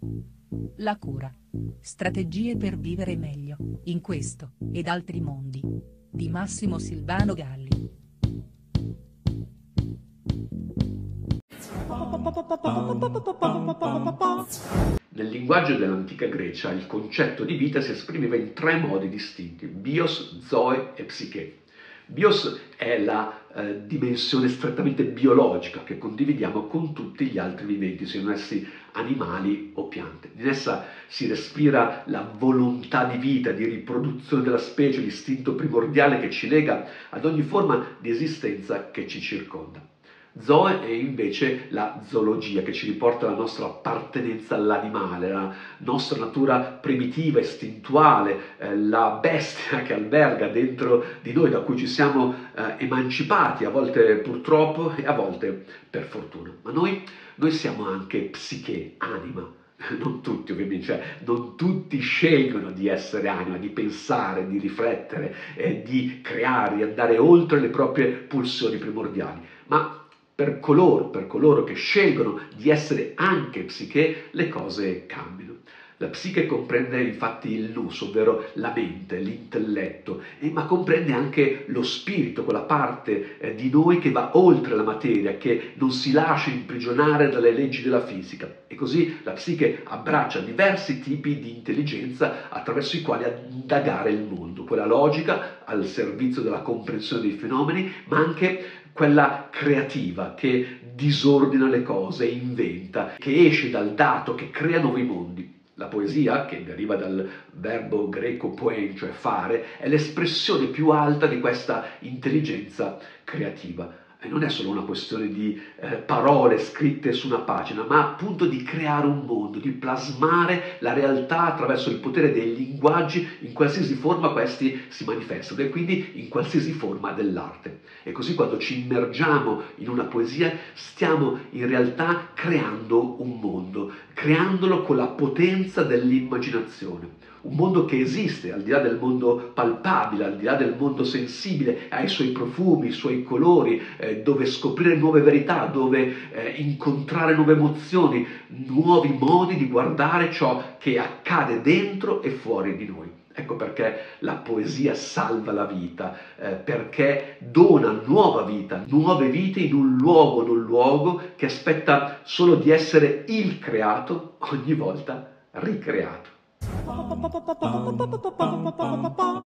La cura. Strategie per vivere meglio, in questo, ed altri mondi. Di Massimo Silvano Galli. Nel linguaggio dell'antica Grecia il concetto di vita si esprimeva in tre modi distinti: bios, zoe e psiche. Bios è la dimensione strettamente biologica che condividiamo con tutti gli altri viventi, siano essi animali o piante. In essa si respira la volontà di vita, di riproduzione della specie, l'istinto primordiale che ci lega ad ogni forma di esistenza che ci circonda. Zoe è invece la zoologia che ci riporta alla nostra appartenenza all'animale, la nostra natura primitiva, istintuale, la bestia che alberga dentro di noi, da cui ci siamo emancipati, a volte purtroppo e a volte per fortuna. Ma noi siamo anche psiche, anima. Non tutti ovviamente, cioè non tutti scelgono di essere anima, di pensare, di riflettere, di creare, di andare oltre le proprie pulsioni primordiali, ma per coloro che scelgono di essere anche psiche, le cose cambiano. La psiche comprende infatti il nous, ovvero la mente, l'intelletto, ma comprende anche lo spirito, quella parte di noi che va oltre la materia, che non si lascia imprigionare dalle leggi della fisica. E così la psiche abbraccia diversi tipi di intelligenza attraverso i quali indagare il mondo, quella logica al servizio della comprensione dei fenomeni, ma anche quella creativa che disordina le cose, inventa, che esce dal dato, che crea nuovi mondi. La poesia, che deriva dal verbo greco poen, cioè fare, è l'espressione più alta di questa intelligenza creativa. E non è solo una questione di parole scritte su una pagina, ma appunto di creare un mondo, di plasmare la realtà attraverso il potere dei linguaggi in qualsiasi forma questi si manifestano e quindi in qualsiasi forma dell'arte. E così quando ci immergiamo in una poesia stiamo in realtà creando un mondo, creandolo con la potenza dell'immaginazione. Un mondo che esiste al di là del mondo palpabile, al di là del mondo sensibile, ha i suoi profumi, i suoi colori, dove scoprire nuove verità, dove incontrare nuove emozioni, nuovi modi di guardare ciò che accade dentro e fuori di noi. Ecco perché la poesia salva la vita, perché dona nuova vita, nuove vite in un luogo che aspetta solo di essere il creato, ogni volta ricreato.